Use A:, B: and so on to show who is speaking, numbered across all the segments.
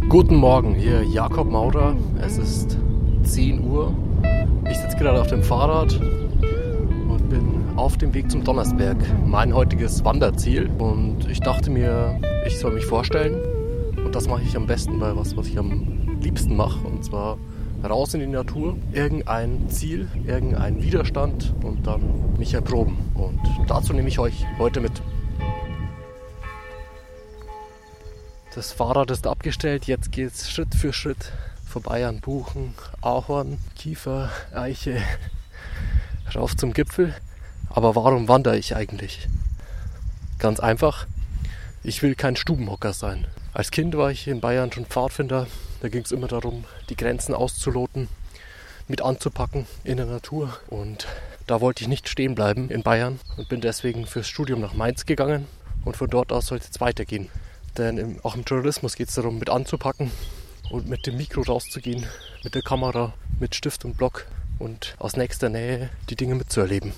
A: Guten Morgen, hier Jakob Maurer. Es ist 10 Uhr. Ich sitze gerade auf dem Fahrrad und bin auf dem Weg zum Donnersberg, mein heutiges Wanderziel. Und ich dachte mir, ich soll mich vorstellen. Und das mache ich am besten bei was ich am liebsten mache. Und zwar raus in die Natur, irgendein Ziel, irgendein Widerstand und dann mich erproben. Und dazu nehme ich euch heute mit. Das Fahrrad ist abgestellt, jetzt geht es Schritt für Schritt vorbei an Buchen, Ahorn, Kiefer, Eiche, rauf zum Gipfel. Aber warum wandere ich eigentlich? Ganz einfach, ich will kein Stubenhocker sein. Als Kind war ich in Bayern schon Pfadfinder, da ging es immer darum, die Grenzen auszuloten, mit anzupacken in der Natur. Und da wollte ich nicht stehen bleiben in Bayern und bin deswegen fürs Studium nach Mainz gegangen. Und von dort aus soll es jetzt weitergehen. Denn auch im Journalismus geht es darum, mit anzupacken und mit dem Mikro rauszugehen, mit der Kamera, mit Stift und Block und aus nächster Nähe die Dinge mitzuerleben.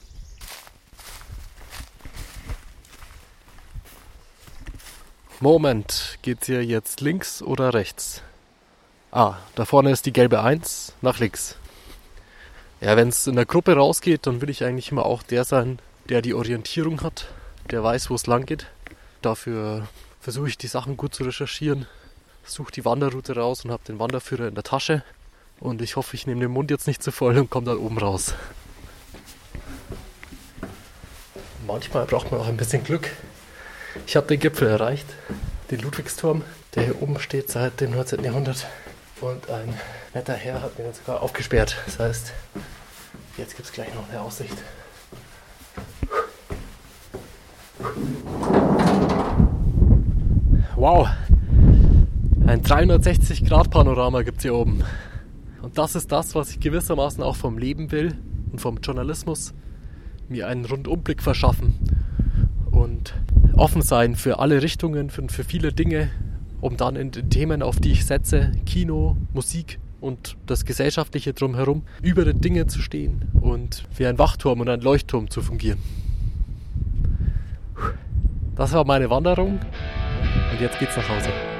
A: Moment, geht's hier jetzt links oder rechts? Da vorne ist die gelbe 1, nach links. Ja, wenn es in der Gruppe rausgeht, dann will ich eigentlich immer auch der sein, der die Orientierung hat, der weiß, wo es lang geht. Dafür versuche ich die Sachen gut zu recherchieren, suche die Wanderroute raus und habe den Wanderführer in der Tasche. Und ich hoffe, ich nehme den Mund jetzt nicht zu voll und komme dann oben raus. Manchmal braucht man auch ein bisschen Glück. Ich habe den Gipfel erreicht, den Ludwigsturm, der hier oben steht seit dem 19. Jahrhundert. Und ein netter Herr hat mir den sogar aufgesperrt. Das heißt, jetzt gibt es gleich noch eine Aussicht. Wow, ein 360-Grad-Panorama gibt es hier oben. Und das ist das, was ich gewissermaßen auch vom Leben will und vom Journalismus. Mir einen Rundumblick verschaffen und offen sein für alle Richtungen, für viele Dinge, um dann in den Themen, auf die ich setze, Kino, Musik und das Gesellschaftliche drumherum, über den Dingen zu stehen und wie ein Wachturm und ein Leuchtturm zu fungieren. Das war meine Wanderung. Und jetzt geht's nach Hause.